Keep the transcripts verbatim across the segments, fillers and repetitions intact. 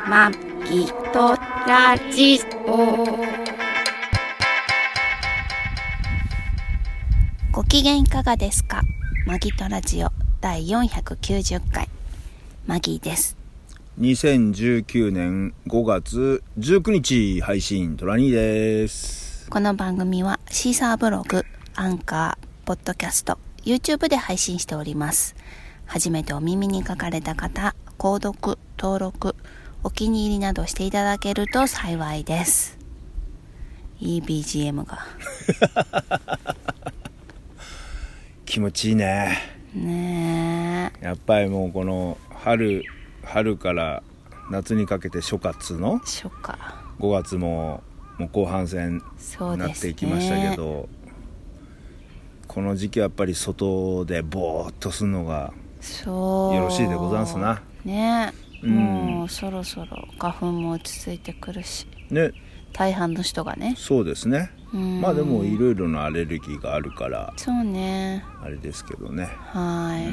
マギトラジオ。ご機嫌いかがですか？マギトラジオだいよんひゃくきゅうじゅっかい、マギーです。 にせんじゅうきゅうねんごがつじゅうくにち配信、トラニーです。 この番組はシーサーブログ、アンカー、ポッドキャスト、YouTube で配信しております。初めてお耳に書かれた方、購読、登録、お気に入りなどしていただけると幸いです。いい ビージーエム が気持ちいいね。 ねえ。やっぱりもうこの春春から夏にかけて初夏の初夏ごがつももう後半戦になっていきましたけど、ね、この時期はやっぱり外でボーっとするのがよろしいでございますな。 ねえ、 うん、 もうそろそろ花粉も落ち着いてくるし、 ね、 大半の人がね。 そうですね。 うん、 まあでもいろいろなアレルギーがあるからそうね、 あれですけどね。 はい、 うん、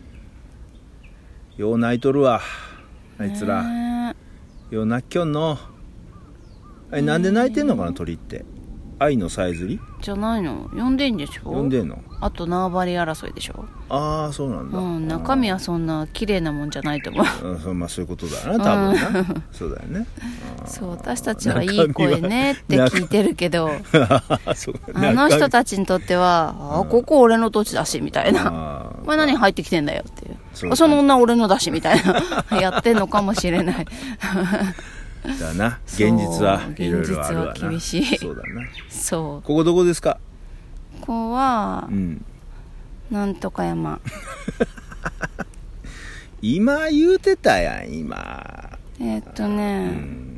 よう泣いとるわあいつら、ね、よう泣きょんの。あれなんで泣いてんのかな、鳥って。愛のさえずりじゃないの？呼んでんでしょ。 呼んでんの。 あと縄張り争いでしょ。 ああ、そうなんだ。 うん、中身はそんな綺麗なもんじゃないと思う。 うん、まあそういうことだな、多分な。うん、そうだよね。 そう、私たちはいい声ねって聞いてるけどそう、 あの人たちにとっては、あ、ここ俺の土地だしみたいな、お前何入ってきてんだよっていう、そ, その女俺のだしみたいなやってんのかもしれないだな。現実はいろいろあるわな。 現実は厳しい。 そうだな。 そう。 ここどこですか？ ここは、 うん、 なんとか山今言うてたやん。今えー、っとね、うん、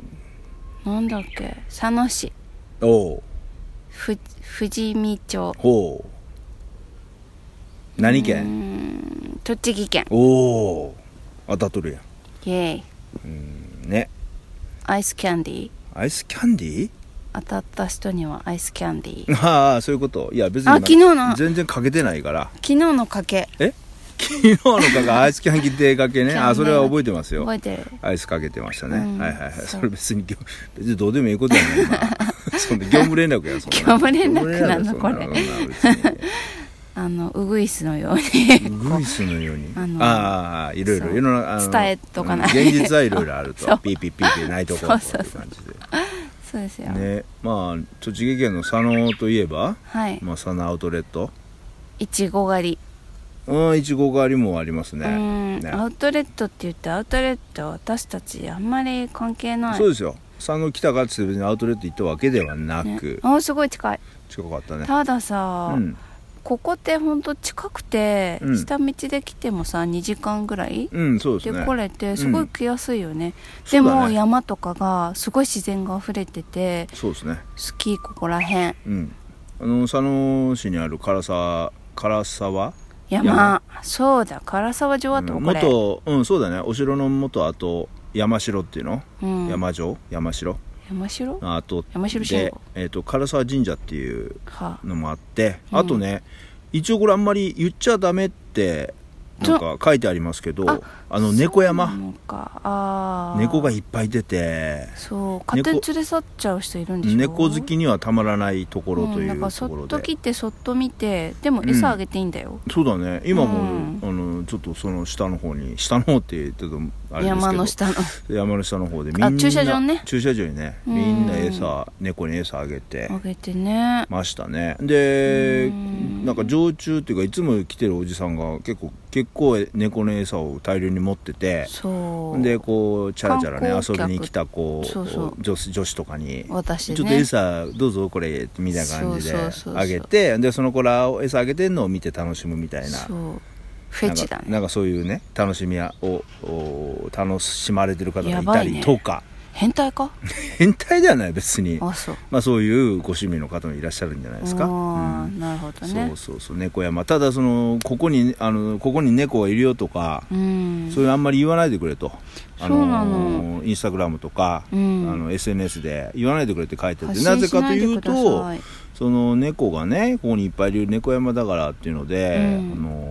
なんだっけ、佐野市。 おう。 ふ富士見町。 ほう。何県？ 栃木県。 おお、当たっとるやん。 イエイ。 うんね。 アイスキャンディー。 アイスキャンディー？ 当たった人にはアイスキャンディー。 ああ、そういうこと。いや別にあ、昨日の全然かけてないから。 昨日のかけ。 え？昨日のかけアイスキャンディーかけね。あ、それは覚えてますよ。 覚えてる。 アイスかけてましたね。うん、はいはいはい。そ, それ別に別にどうでもいいことやねんな。そんな業務連絡やそんな。 業務連絡なのこれ。あのウグイスのように。 ウグイスのように。あのああ、いろいろいろな伝えとかない。 現実はいろいろあると。ピーピーピーピー泣いとこうという感じで。 そうですよね。まあ栃木県の佐野といえば、 はい、 まあ、佐野アウトレット、 いちご狩り、 うん、いちご狩りもありますね。 うん、 ね、 アウトレットって言ってアウトレット私たちあんまり関係ない。 そうですよ。佐野来たかって別にアウトレット行ったわけではなく、ね、 あ、すごい近い。 近かったね。 たださ、うん、ここってほんと近くて、うん、下道で来てもさにじかんぐらい、 うん、そうですね、 で来れてすごい来やすいよね、うん、でも、ね、山とかがすごい自然が溢れてて、 そうですね、 好きここらへん、 うん、あの佐野市にある唐沢唐沢山、山そうだ、唐沢城跡、 うん、 これ元、うん、そうだね、お城の元あと山城っていうの、うん、山城山城山城あと山城で、えー、と唐沢神社っていうのもあって、はあとね、うん、一応これあんまり言っちゃダメってなんか書いてありますけど、ああの猫山か、あ猫がいっぱい出て、 そう勝手に連れ去っちゃう人いるんでしょ。 猫好きにはたまらないところというところで、うん、だからそっと来てそっと見て、でも餌あげていいんだよ、 うん、そうだね。今も、うん、あのちょっとその下の方に下の方って言ってとあれですけど、 山の下の山の下の方でみんな駐車場ね駐車場にね、みんな餌猫に餌あげてあげてねましたね。でなんか常駐っていうかいつも来てるおじさんが結構結構猫の餌を大量に持ってて、 そうでこうチャラチャラね遊びに来た子、そうそう女子、女子とかに私、ね、 ちょっと餌どうぞこれみたいな感じであげて、でその子ら餌あげてんのを見て楽しむみたいな、 そうフェチだね。 なんか、なんかそういうね楽しみを楽しまれてる方がいたりとか、 変態か変態ではない別に、 あ、そう、 まあ、そういうご趣味の方もいらっしゃるんじゃないですか。 あ、うん、なるほどね。 そうそうそう、猫山。ただそのここにあのここに猫がいるよとか、うん、そういうあんまり言わないでくれと、あのそうなの、 インスタグラムとか、うん、あの エスエヌエス で言わないでくれって書いてて、 なぜかというとその猫がねここにいっぱいいる猫山だからっていうので、うん、あの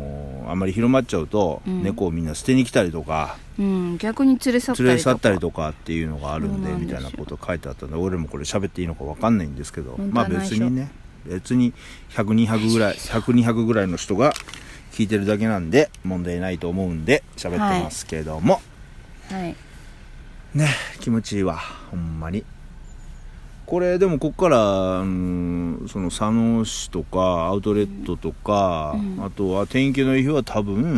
あんまり広まっちゃうと、うん、猫をみんな捨てに来たりとか、 うん、逆に連れ去ったりとか連れ去ったりとかっていうのがあるんでみたいなこと書いてあったんで、俺もこれ喋っていいのか分かんないんですけど、まあ別にね別にひゃくにひゃくぐらいひゃくにひゃくぐらいの人が聞いてるだけなんで問題ないと思うんで喋ってますけども、 はい、はい、 ね、気持ちいいわほんまに。これでもここから、うん、その佐野市とかアウトレットとか、うん、あとは天気のいい日は多分、うん、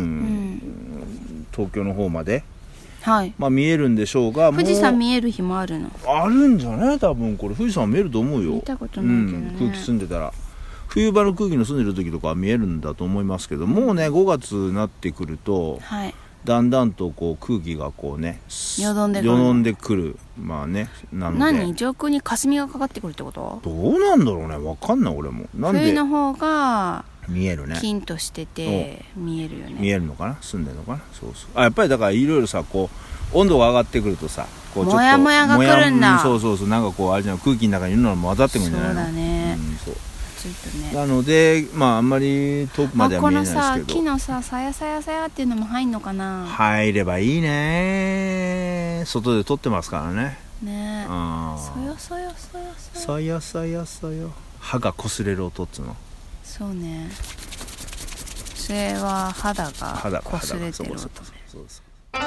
東京の方まで、 はい、 まあ、見えるんでしょうが、 富士山見える日もあるのあるんじゃない多分。これ富士山見えると思うよ。 見たことないけどね、 うん、空気澄んでたら冬場の空気の澄んでる時とかは見えるんだと思いますけど、もうねごがつになってくると、 はい、 だんだんとこう空気がこうねよどんでくるよどんでくる。まあね、なので何上空に霞がかかってくるってこと？ どうなんだろうね、分かんない俺も。なんで冬の方が見えるね、 キンとしてて見えるよね。 見えるのかな、澄んでるのかな。そうそう、あやっぱりだからいろいろさこう温度が上がってくるとさこうちょっともやもやが来るんだ。 そうそうそう、なんかこうあれじゃん、空気の中にいるのも混ざってくるんじゃないの。 そうだね、 うん、そうちょっとね、 なのでまああんまり遠くまでは見えないですけど、 あこのさ木のささやさやさやっていうのも入んのかな。 入ればいいね。外で撮ってますからね。 ねえ、 あそよそよそよそよそよそよそよ、歯が擦れる音っつうの。 そうね、それは肌が擦れてる音ね。 そうそうそう。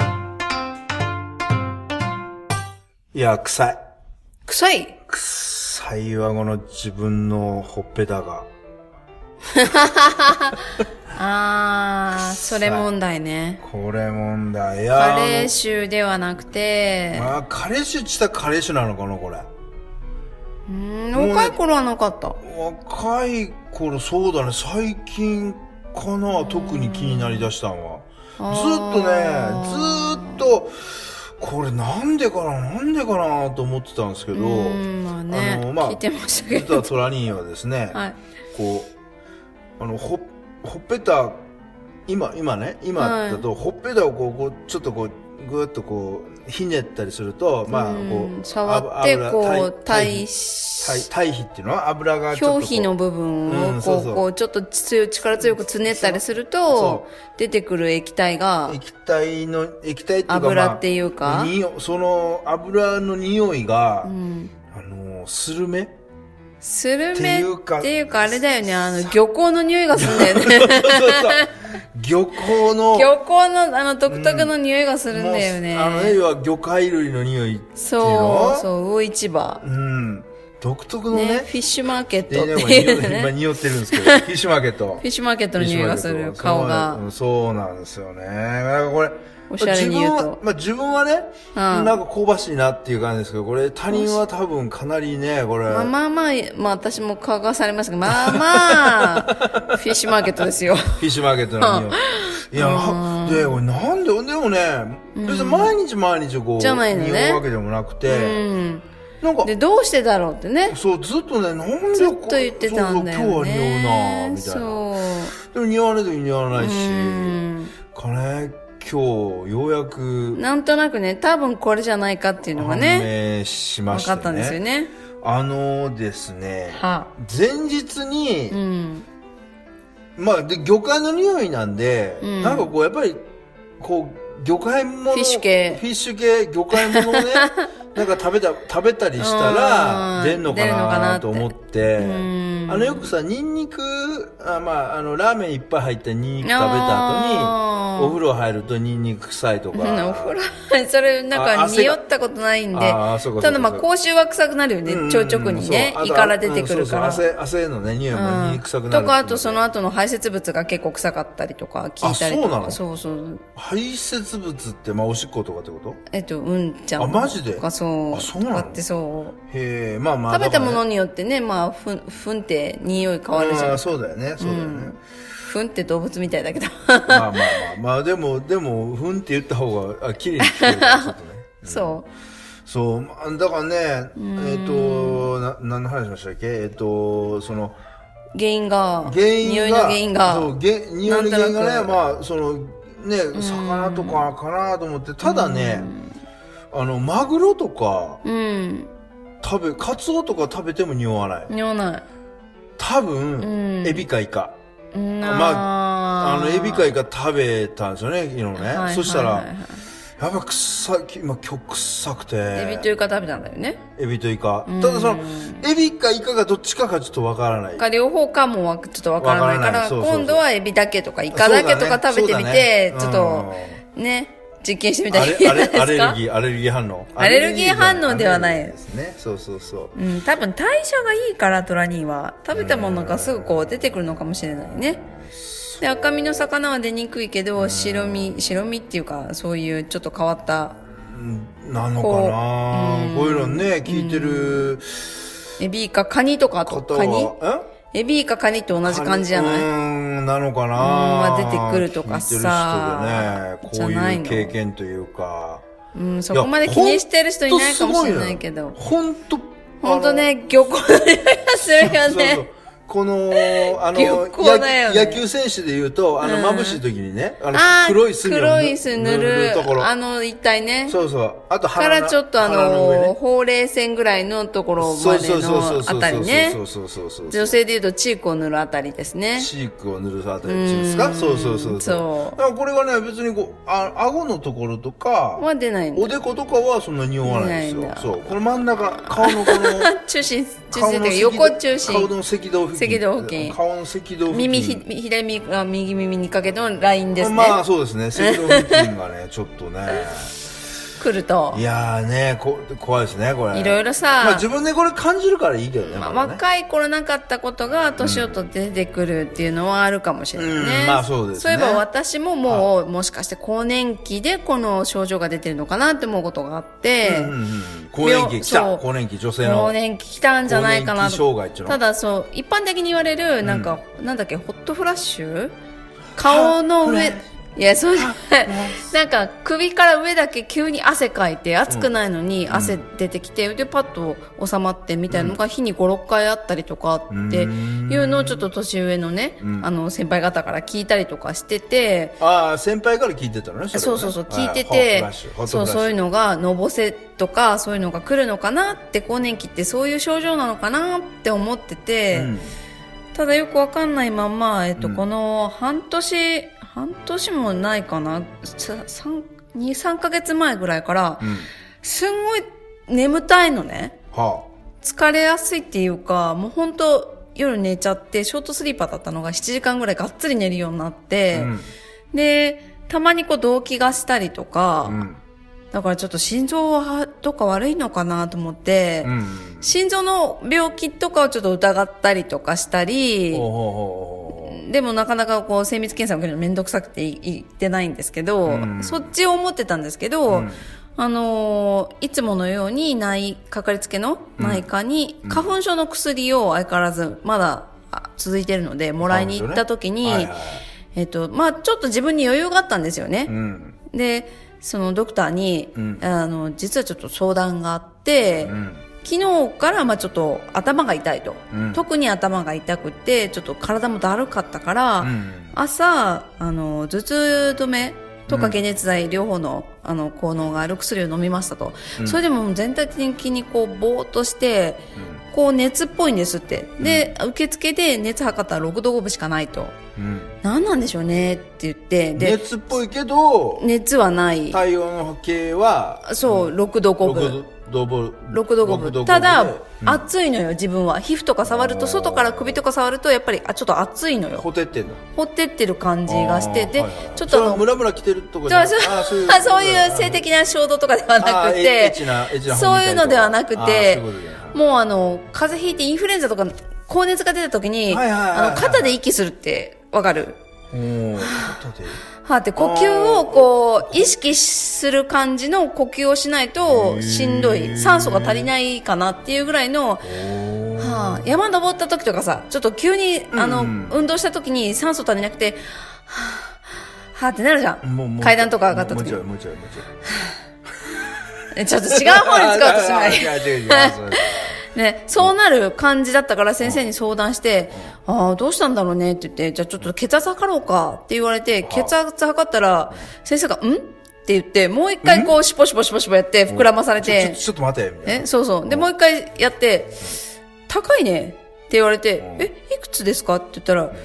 いや臭い臭い臭いわこの自分のほっぺたがあー、それ問題ね。 これ問題や。 加齢臭ではなくて、 まあ加齢臭って言ったら加齢臭なのかなこれ。 うーん、若い頃はなかった。 若い頃そうだね、最近かな特に気になりだしたのは。ずっとねずっとこれなんでかななんでかなと思ってたんですけど、 うんまあね、あの、まあ、聞いてましたけど、 実はトラニーはですね、はい、こうあのほほっぺた今今ね今だと、はい、ほっぺたをこうこうちょっとこうぐーっとこうひねったりすると、まあこう触ってこう対比対比っていうのは油がちょっと表皮の部分をこう、うん、こうちょっと強力強くつねったりすると出てくる液体が液体の液体っていうか油っていうか、 まあ、その油の匂いが、うん、あのスルメスルメっていうかあれだよね、あの漁港の匂いがするんだよね。そうそうそう漁港の漁港のあの独特の匂いがするんだよね。 うん、あの要は魚介類の匂いっていうの。 そうそう、魚市場。 うん。独特のね。 ねフィッシュマーケットっていうね。 今匂ってるんですけど、フィッシュマーケット。 フィッシュマーケットの匂いがする顔が。 そうなんですよね。なんかこれ。 おしゃれに言うと。 まあ自分はね、うん、なんか香ばしいなっていう感じですけど、これ他人は多分かなりね、これ。 まあまあまあ、まあ私も顔がされましたけど、まあまあ、フィッシュマーケットですよ。 フィッシュマーケットの匂い。いや、で、これなんで、でもね、別に毎日毎日こう、 じゃないのね、 匂うわけでもなくて、うん、 なんか、で、どうしてだろうってね。 そう、ずっとね、なんでこう、 ずっと言ってたんだよね。 そうそう今日は匂うなみたいな。そう。でも似合わないと似合わないし、かね、今日ようやくなんとなくね、多分これじゃないかっていうのがね判明しましたね。 分かったんですよね。 あのですね、 は前日に、 うん、 まあで魚介の匂いなんで、うん、なんかこうやっぱりこう魚介ものフィッシュ系フィッシュ系魚介ものをねなんか食べた食べたりしたら出んのかなと思って、あのよくさニンニクあまああのラーメンいっぱい入ったニンニク食べた後にお風呂入るとニンニク臭いとか。 お風呂それなんか匂ったことないんで、ただまあ口臭は臭くなるよね、腸直にね胃から出てくるから。 汗汗のね匂いもニンニク臭くなる。 とかあとその後の排泄物が結構臭かったりとか聞いたりとか。 そうなの？ そうそう。 排泄物ってまあおしっことかってこと？ えっとうんちゃん。 あマジで？ とかそう。 あそうなの？ とかってそう。 へえまあまあ。 食べたものによってねまあふんふんって匂い変わるじゃん。 あそうだよねそうだよね。 ふんって動物みたいだけど。 まあまあまあまあでもでもふんって言った方があ綺麗に聞こえるからちょっとね。 そう。 そうだからねえっとな何の話しましたっけえっとその原因が原因が匂いの原因がそう匂いの原因がねまあそのね魚とかかなと思ってただねあのマグロとか食べカツオとか食べても匂わない。 匂わない。 多分エビかイカ。 まあ、あの、エビかイカ食べたんですよね、昨日ね。はいはいはい、そしたら、やっぱ臭い、今今日臭くて。 エビとイカ食べたんだよね。 エビとイカ。ただその、エビかイカがどっちかがちょっとわからない。 か両方かもちょっとわからないから、そうそうそう、今度はエビだけとかイカだけとか食べてみて、ねね、ちょっと、ね、実験してみたらいいですか？ アレルギー、アレルギー反応。 アレルギー反応ではないですね。そうそうそう。 うん、多分代謝がいいからトラニーは、食べたものがすぐこう出てくるのかもしれないね。で、赤身の魚は出にくいけど、白身、白身っていうか、そういうちょっと変わった、 なのかな、うん、こういうのね、聞いてる、うん、 エビかカニとかとカニエビかカニと同じ感じじゃない？ うーん、なのかな、 うん、出てくるとかさ、 聞いてる人でね、こういう経験というか、 うん、そこまで気にしてる人いないかもしれないけど、 本当本当ね、漁港の匂いがするよね。そうそうそう、 この、あの、ね、野球選手で言うと、あの、眩しい時にね、あの、黒い墨を黒い墨塗るところ。あの、一体ね。 そうそう。あと鼻からちょっとあの、ね、ほうれい線ぐらいのところまでのあたりね。そうそうそうそう。女性で言うとチークを塗るあたりですね。 チークを塗るあたりですか？そうそうそう。そう。だからこれがね、別にこう、あ、顎のところとか、 は出ないんだ。 おでことかはそんなに匂わないんですよ。そう。この真ん中、顔のこの、 中心、中心というか横中心。 顔の赤道付近。 赤道付近。 顔の赤道付近。 耳、左耳、右耳にかけてのラインですね。 まあそうですね。赤道付近がね、ちょっとね。 来ると。 いやーね、こ、怖いですね、これ。 いろいろさ。 まあ自分でこれ感じるからいいけどね。 まあ、 ね若い頃なかったことが年を取って出てくるっていうのはあるかもしれないね。うん、 まあそうですね。 そういえば私ももう、もしかして更年期でこの症状が出てるのかなって思うことがあって。 うんうんうん、更年期来た。更年期女性の。 更年期来たんじゃないかなと。 障害っていうの。 ただそう、一般的に言われる、なんか、うん、なんだっけ、ホットフラッシュ顔の上、いや、そうじゃない。なんか、首から上だけ急に汗かいて、暑くないのに汗出てきて、うん、で、パッと収まってみたいなのが日にご、ろっかいあったりとかっていうのをちょっと年上のね、うん、あの、先輩方から聞いたりとかしてて。 ああ、先輩から聞いてたのね、それ、ね、 そうそうそう、聞いてて、そう、そういうのが、のぼせとか、そういうのが来るのかなって、更年期ってそういう症状なのかなって思ってて、うん、ただよくわかんないまま、えっと、うん、この半年、半年もないかな、に、さんかげつまえぐらいから、うん、すんごい眠たいのね、はあ。疲れやすいっていうか、もうほんと夜寝ちゃって、ショートスリーパーだったのがしちじかんぐらいがっつり寝るようになって、うん、で、たまにこう動悸がしたりとか、うん、だからちょっと心臓はどっか悪いのかなと思って、うん、心臓の病気とかをちょっと疑ったりとかしたり、ほうほうほう、でもなかなかこう精密検査を受けるのめんどくさくて言ってないんですけど、うん、そっちを思ってたんですけど、うん、あのー、いつものように内、かかりつけの内科に花粉症の薬を相変わらずまだ続いてるので、もらいに行った時に、はいはい、えっと、まあちょっと自分に余裕があったんですよね。うん、で、そのドクターに、うん、あの、実はちょっと相談があって、うん、昨日からまあちょっと頭が痛いと、うん、特に頭が痛くてちょっと体もだるかったから、うん、朝あの頭痛止めとか解熱剤両方のあの効能がある薬を飲みましたと、うん、それでも全体的にこうぼーっとして、うん、こう熱っぽいんですって、うん、で受付で熱測ったらろくどごぶしかないと、うん、何なんでしょうねって言って、で熱っぽいけど熱はない、 体温計はそう、うん、ろくどごぶろくどごぶ。ただ、うん、暑いのよ、自分は。皮膚とか触ると、外から首とか触ると、やっぱり、あ、ちょっと暑いのよ。 ほてってんのほてってる感じがして、で、はいはい、ちょっとあの、 ムラムラ来てるとかじゃないあそういう、そういう性的な衝動とかではなくて、そういうのではなくて、うもうあの、風邪ひいてインフルエンザとか、高熱が出た時に、あの、肩で息するって、わかる？肩ではって呼吸をこう意識する感じの呼吸をしないとしんどい、酸素が足りないかなっていうぐらいの、はあ、山登った時とかさ、ちょっと急にあの、うん、運動した時に酸素足りなくて、はあ、はあってなるじゃん。階段とか上がった時に。もうちょいもうちょいもうちょい。ちょっと違う方に使おうとしない。ね、そうなる感じだったから先生に相談して、うん、ああ、どうしたんだろうねって言って、じゃあちょっと血圧測ろうかって言われて、血圧測ったら、先生が、んって言って、もう一回こう、シュポシュポシュポシュポやって、膨らまされて、 ちょ、ちょ、ちょっと待て、みたいな。 え、そうそう。で、もう一回やって、高いねって言われて、え、いくつですかって言ったら、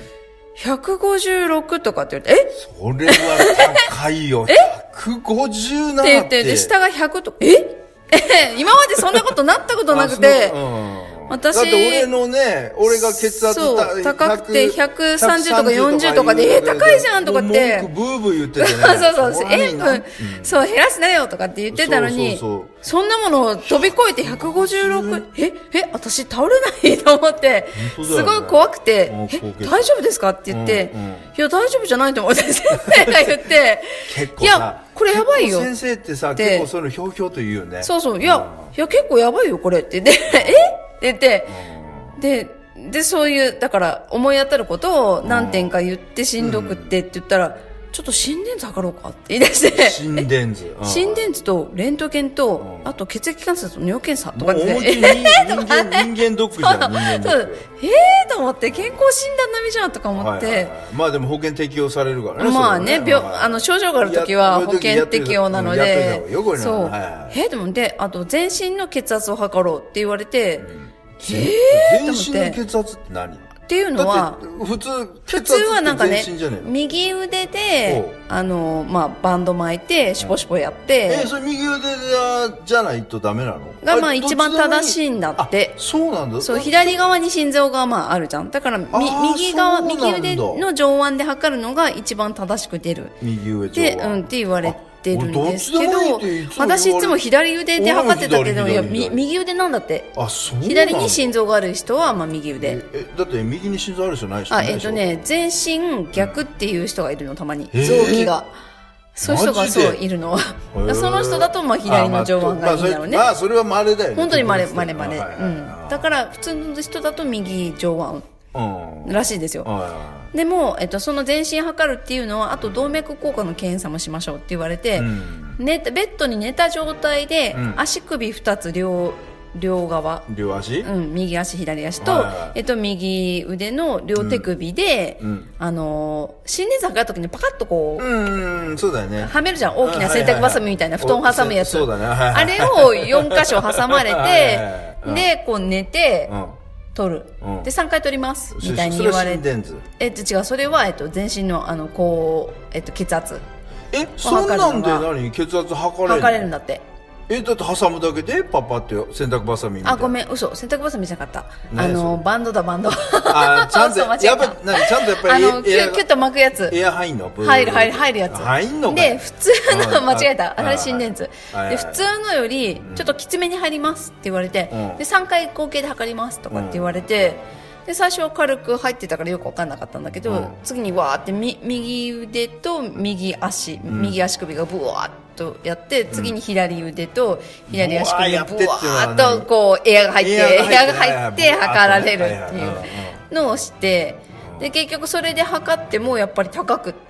ひゃくごじゅうろくとかって言われて、えそれは高いよ。え ?ひゃくごじゅうなな って。って言って、 で、下がひゃくとか、え今までそんなことなったことなくて、私、 だって俺のね、俺が血圧そう高くてひゃくさんじゅうとかよんじゅうとかで、えー、高いじゃんとかって。 文句ブーブー言っててね。 そうそう、塩分、うん、そう、減らすなよとかって言ってたのに、そうそうそうそんなものを飛び越えてひゃくごじゅうろく、え、え、私倒れないと思って、ね、すごい怖くて、え、大丈夫ですかって言って、うんうん、いや、大丈夫じゃないと思って先生が言って、 結構いや、これやばいよ。 先生ってさ、結構そういうのひょうひょうと言うよね。 そうそう、いや、いや、結構やばいよ、これって言って、えって言って、で、で、そういう、だから、思い当たることを何点か言ってしんどくってって言ったら、ちょっと心電図測ろうかって言い出して。 心電図。 心電図とレントゲンと、あと血液検査と尿検査とかって。 人間、人間ドックじゃん、人間ドック。 えーと思って、健康診断並みじゃんとか思って。はいはいはい、 まあでも保険適用されるからね。 まあね、病、あの、症状があるときは保険適用なので。そう。えーと思って、あと全身の血圧を測ろうって言われて、うんえー、全身の血圧って何っていうのは、 普通、 普通はなんかね、右腕で、あの、まあ、バンド巻いて、シュポシュポやって。 え、それ右腕じゃないとダメなのが、まあ、一番正しいんだって。 そうなんだ。 そう、左側に心臓がまあ、あるじゃん。だから、み、右側、右腕の上腕で測るのが一番正しく出る。 右腕上腕。で、うん、って言われて。てるんですけど、私いつも左腕で測ってたけど、いや、右腕なんだって。 あ、そうなんだ。 左に心臓がある人は、まあ右腕。 え、だって右に心臓ある人ない人あ、えっとね、全身逆っていう人がいるの、たまに。臓器が。そういう人がそういるの。その人だと、まあ左の上腕がいいんだろうね。 まあ、それは稀だよね。 本当に稀、稀、稀。うん。だから、普通の人だと右上腕。らしいですよ。でも、えっと、その全身測るっていうのは、あと動脈硬化の検査もしましょうって言われて、うん、寝ベッドに寝た状態で、うん、足首二つ両、両側。 両足うん、右足、左足と、えっと、右腕の両手首で、うん、あの、心電図測るときにパカッとこう、 うん、そうだよね。 はめるじゃん。大きな洗濯バサミみたいな布団挟むやつ。 そうだね。 あれをよん箇所挟まれて、で、こう寝て、うん取る、うん、でさんかい取りますみたいに言われて、えっと違う、それはえっと全身のあのこうえっと血圧、 えそんなんで何血圧測れるの？ 測れるんだって。 えだって挟むだけでパッパって洗濯バサミみたいな。 あ、ごめん、嘘、洗濯バサミじゃなかった。あのバンドだバンド。 あ、ちゃんとやっぱ何ちゃんとやっぱりあのキュッキュッと巻くやつ。 エア入んの？ 入る入る入るやつ。 入んの？ で普通の間違えた。あれ心電図。で普通のよりちょっときつめに入りますって言われて、でさんかい合計で測りますとかって言われて。で最初は軽く入ってたからよく分かんなかったんだけど、うん、次にわーってみ右腕と右足、うん、右足首がブワーっとやって、次に左腕と左足首がブワーっとこうエアが入ってエアが入って測られるっていうのをして、で結局それで測ってもやっぱり高くって、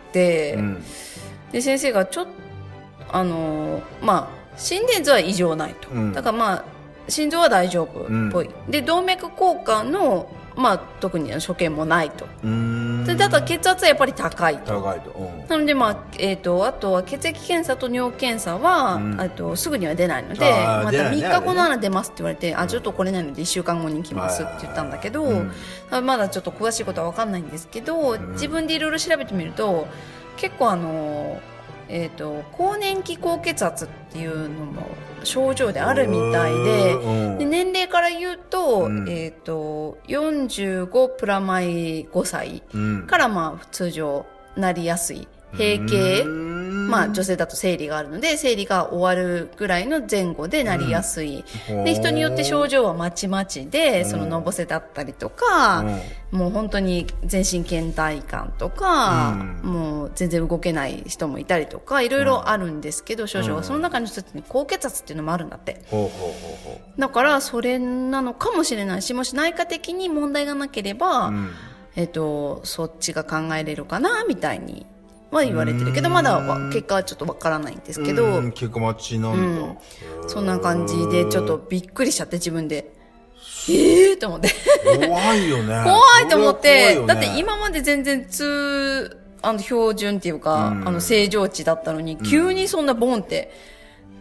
うん、で先生がちょっとあのー、まあ心電図は異常ないと、うん、だからまあ心臓は大丈夫っぽい、うん、で動脈硬化のまあ、特に所見もないと。でだから血圧はやっぱり高いと。 高いと。うん、 なので、まあえー、とあとは血液検査と尿検査は、うん、とすぐには出ないので、またみっかごなら出ますって言われて、ね、あちょっとこれないのでいっしゅうかんごに来ますって言ったんだけど、うん、まだちょっと詳しいことは分かんないんですけど、うん、自分でいろいろ調べてみると結構あのえー、と更年期高血圧っていうのも症状であるみたい で, で年齢から言うと、うん、えー、とよんじゅうごプラマイごさいからまあ通常なりやすい閉経、まあ女性だと生理があるので生理が終わるぐらいの前後でなりやすい、うん、で人によって症状はまちまちで、うん、そののぼせだったりとか、うん、もう本当に全身倦怠感とか、うん、もう全然動けない人もいたりとかいろいろあるんですけど、うん、症状がその中の一つに高血圧っていうのもあるんだって、うん、だからそれなのかもしれないし、もし内科的に問題がなければ、うん、えっと、そっちが考えれるかなみたいには言われてるけど、まだ結果はちょっとわからないんですけど、 結果待ちなんだ、 うん、そんな感じでちょっとびっくりしちゃって自分でえーと思って怖いよね怖いと思って、ね、だって今まで全然通あの標準っていうか、うん、あの正常値だったのに、急にそんなボンって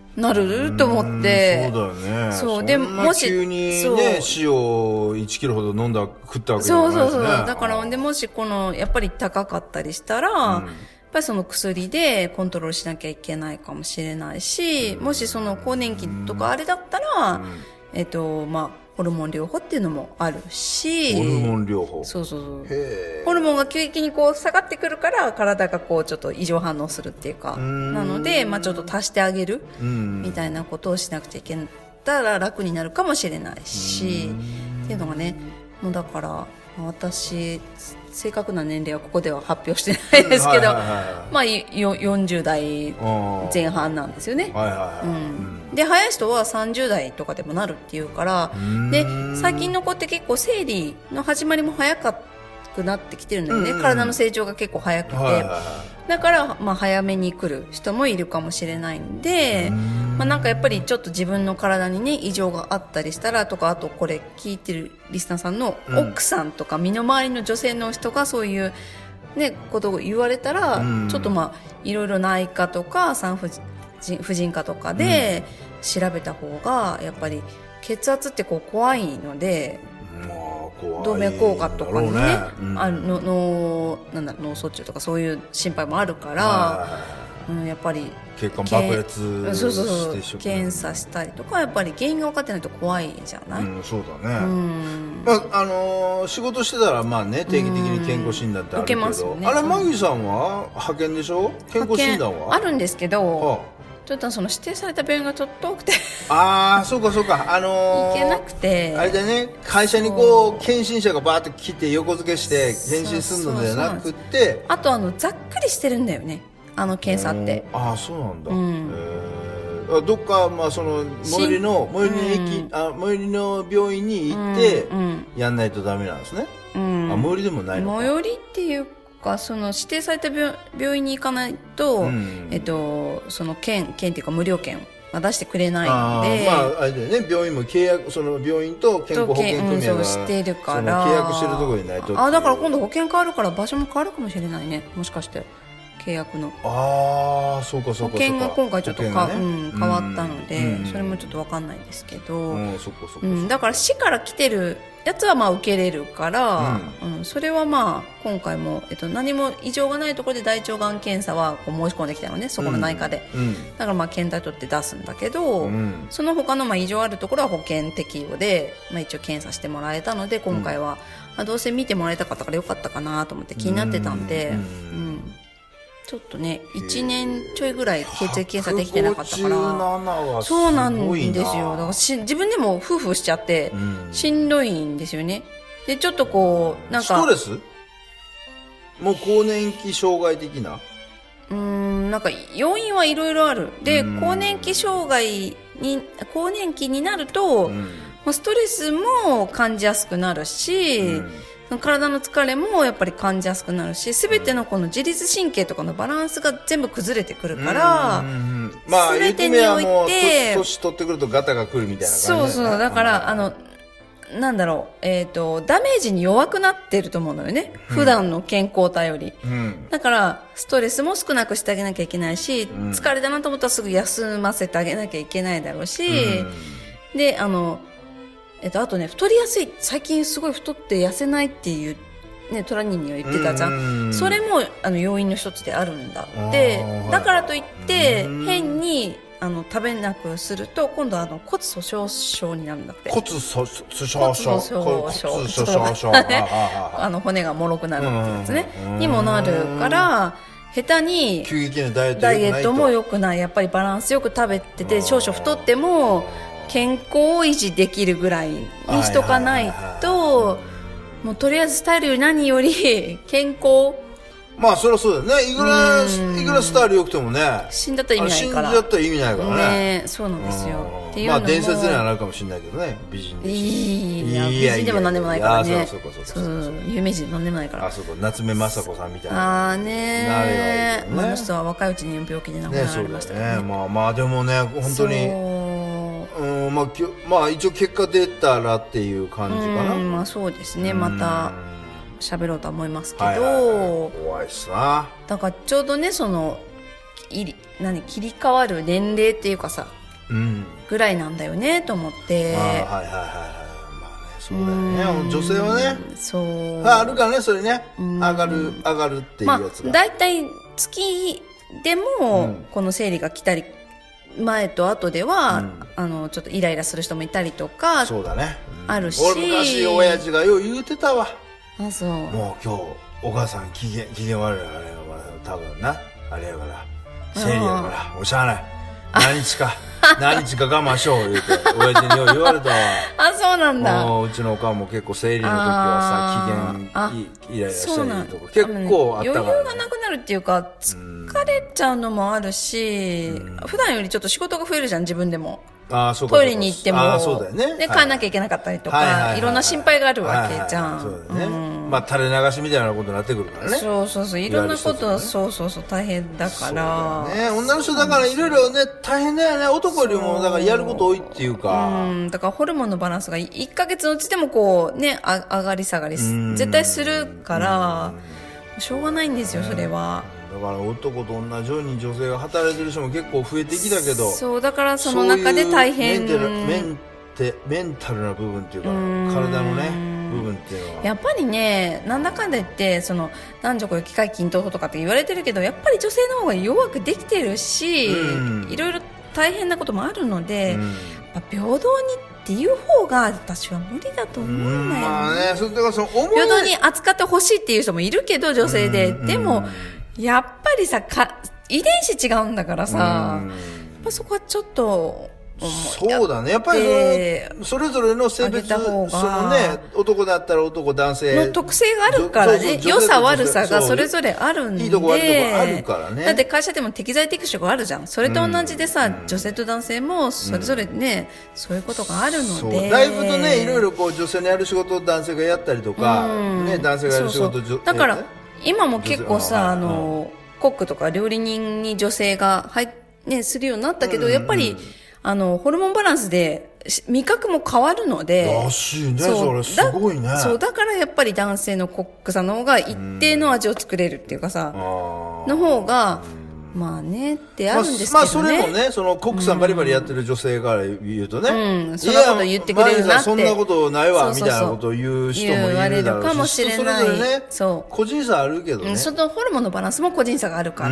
なると思って。 そうだよね。 そう。で、もし、 急にね、塩をいちキロほど飲んだ、食ったわけじゃないですね。 そうそうそう。だから、で、もしこの、やっぱり高かったりしたら、うん、やっぱりその薬でコントロールしなきゃいけないかもしれないし、うん、もしその更年期とかあれだったら、うん、えっと、まあ、ホルモン療法っていうのもあるし。 ホルモン療法。 そうそうそう。ホルモンが急激にこう下がってくるから体がこうちょっと異常反応するっていうか。なので、まあちょっと足してあげるみたいなことをしなくちゃいけないたら楽になるかもしれないし。っていうのがね、もうだから、私、正確な年齢はここでは発表してないですけど、まあよんじゅう代前半なんですよね。で、早い人はさんじゅう代とかでもなるっていうから、で、最近の子って結構生理の始まりも早くなってきてるんだよね。体の成長が結構早くて。だから、まあ早めに来る人もいるかもしれないんで、まあなんかやっぱりちょっと自分の体にね、異常があったりしたらとか、あとこれ聞いてるリスナーさんの奥さんとか身の回りの女性の人がそういうね、ことを言われたら、ちょっとまあいろいろ内科とか産婦人婦人科とかで調べた方がやっぱり血圧ってこう怖いので、動脈硬化とかにね、あの脳なんだ脳卒中とかそういう心配もあるから、うん、やっぱり血管爆裂そうそうそう検査したりとかやっぱり原因が分かってないと怖いじゃない。 うん、そうだね。うん、まああのー、仕事してたらまあね定期的に健康診断ってあるけど、受けますよね。あれマギさんは派遣でしょ？健康診断はあるんですけど。ああちょっとその指定された病院がちょっと遠くてああそうかそうかあのー、 行けなくてあれだね会社にこう検診者がバーッと来て横付けして検診するのではなくてあとあのざっくりしてるんだよねあの検査ってああそうなんだ、うんえー、どっかまあその最寄りの最寄りの駅、うん、あ最寄りの病院に行ってやんないとダメなんですね、うん、あ最寄りでもないのか最寄りっていうその指定された 病, 病院に行かないと、うんえっと、その券券っていうか無料券は出してくれないのであ、まあ、あれだよね病院も契約その病院と健康保険組合が、うん、 してるから契約してるところにないとあだから今度保険変わるから場所も変わるかもしれないねもしかして契約のああそうかそうか保険が今回ちょっとか、ねうん、変わったので、うん、それもちょっと分かんないですけど、うんそこそこそこうん、だから市から来てるやつはまあ受けれるから、うんうん、それはまあ今回も、えっと、何も異常がないところで大腸がん検査はこう申し込んできたのねそこの内科で、うんうん、だからまあ検体取って出すんだけど、うん、その他のまあ異常あるところは保険適用で、まあ、一応検査してもらえたので今回は、うん、どうせ見てもらえたかったからよかったかなと思って気になってたんで、うんうんちょっとねいちねんちょいぐらい血液検査できてなかったからそうなんですよだからし自分でもフーフーしちゃって、うん、しんどいんですよねでちょっとこうなんかストレスもう更年期障害的なうーんなんか要因はいろいろあるで更年期障害に更年期になると、うん、ストレスも感じやすくなるし、うん体の疲れもやっぱり感じやすくなるし全てのこの自律神経とかのバランスが全部崩れてくるからまあ全てにおいて年取ってくるとガタがくるみたいな感じだよねそうそうだからあのなんだろうえっとダメージに弱くなってると思うのよね、うん、普段の健康体より、うん、だからストレスも少なくしてあげなきゃいけないし、うん、疲れたなと思ったらすぐ休ませてあげなきゃいけないだろうし、うん、であのえっと、あとね、太りやすい、最近すごい太って痩せないっていう、ね、トラニーには言ってたじゃん。んそれも、あの、要因の一つであるんだって。だからといって、変に、あの、食べなくすると、今度あの、骨粗鬆症になるんだって。 骨粗鬆症骨粗鬆症あの、骨が脆くなるってやつね。にもなるから、下手に、 急激なダイエットダイエットも良くない。やっぱりバランスよく食べてて、少々太っても、健康を維持できるぐらいにしとかないともうとりあえずスタイルより何より健康まあそりゃそうだよねいくらいくらスタイル良くてもね死んだったら意味ないから死んじゃったら意味ないからねねそうなんですよっていうのもまあ伝説にはなるかもしれないけどね美人でいや美人でも何でもないからねそうそうそうそう有名人何でもないからあそうか夏目雅子さんみたいなあーねなれはいいけどねあの人は若いうちに病気で亡くなられましたねまあまあでもね本当にうんまあ、まあ一応結果出たらっていう感じかなうんまあそうですねまた喋ろうとは思いますけど、 はいはいはい、怖いっすなだからちょうどねそのい何切り替わる年齢っていうかさぐらいなんだよねと思って、 うん、あはいはいはいはい、まあね、そうだよね、女性はね、 そうあるからね、それね、上がる上がるっていうやつが、 まあ、だいたい月でも、うん、この生理が来たり前と後では、うん、あのちょっとイライラする人もいたりとか、 そうだね、 うん、あるし、 俺昔親父がよう言うてたわ。 あ、そう、 もう今日お母さん機嫌機嫌悪い、あれ多分な、あれやから生理やからもうしゃあない、何日か何日か我慢しよう言うて親父によう言われたわ。 あ、そうなんだ。 もううちのおかんも結構生理の時はさ、機嫌イライラしたりとか結構あったから、ね、余裕がなくなるっていうか疲れちゃうのもあるし、うん、普段よりちょっと仕事が増えるじゃん、自分でも。 あ、そうか、 トイレに行っても、 そうだよね、 で帰らなきゃいけなかったりとか、はいはいはいはい、いろんな心配があるわけじゃん。 そうだよね、うん、まあ垂れ流しみたいなことになってくるからね。 そうそうそう、いろんなこと、ね、そうそうそう、大変だから。 そうだよね、女の人だからいろいろね大変だよね。男よりもだからやること多いっていうか、 うん、だからホルモンのバランスがいっかげつのうちでもこうね、あ上がり下がり絶対するから、しょうがないんですよ、それは。 だから男と同じように女性が働いてる人も結構増えてきたけど、 そうだからその中で大変、 そういうメンテメンタルな部分っていうか、体のね部分っていうのはやっぱりね、なんだかんだ言ってその男女こう機会均等とかって言われてるけど、やっぱり女性の方が弱くできてるし、いろいろ大変なこともあるので、まあ、平等にっていう方が私は無理だと思うんだよね。まあね、それだからその思い平等に扱ってほしいっていう人もいるけど、女性で、でもやっぱりさか遺伝子違うんだからさ、やっぱそこはちょっとそうだね、やっぱりそれぞれの性別、そのね、男だったら男、男性の特性があるからね、良さ悪さがそれぞれあるんで、 いいとこ悪いとこあるからね。 だって会社でも適材適所があるじゃん。それと同じでさ、女性と男性もそれぞれね、そういうことがあるので、 だいぶとね、いろいろこう女性のやる仕事を男性がやったりとか、ね、男性がやる仕事をだから今も結構さ、あのコックとか料理人に女性が入ねするようになったけど、やっぱりあの、ホルモンバランスで味覚も変わるので。 らしいね、それすごいね。 そう、だからやっぱり男性のコックさんの方が一定の味を作れるっていうかさ、の方が、まあねってあるんですけどね。まあ、まあ、それもね、そのコックさんバリバリやってる女性から言うとね。 うん、そんなこと言ってくれるなって。 そんなことないわ、みたいなことを言う人もいるだろうし。言われるかもしれない。それぞれね、そう。個人差あるけどね。 そのホルモンのバランスも個人差があるから。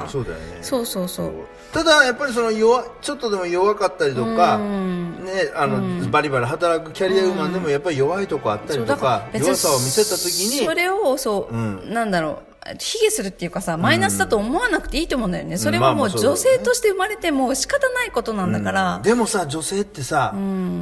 うん、そうだよね。 そうそうそう。 ただやっぱりその弱ちょっとでも弱かったりとか、ね、あのバリバリ働くキャリアウーマンでもやっぱり弱いとこあったりとか、弱さを見せた時にそれをそう、うん、なんだろう、卑下するっていうかさ、マイナスだと思わなくていいと思うんだよね。それはもう女性として生まれても仕方ないことなんだから。 うん、でもさ、女性ってさ、うん、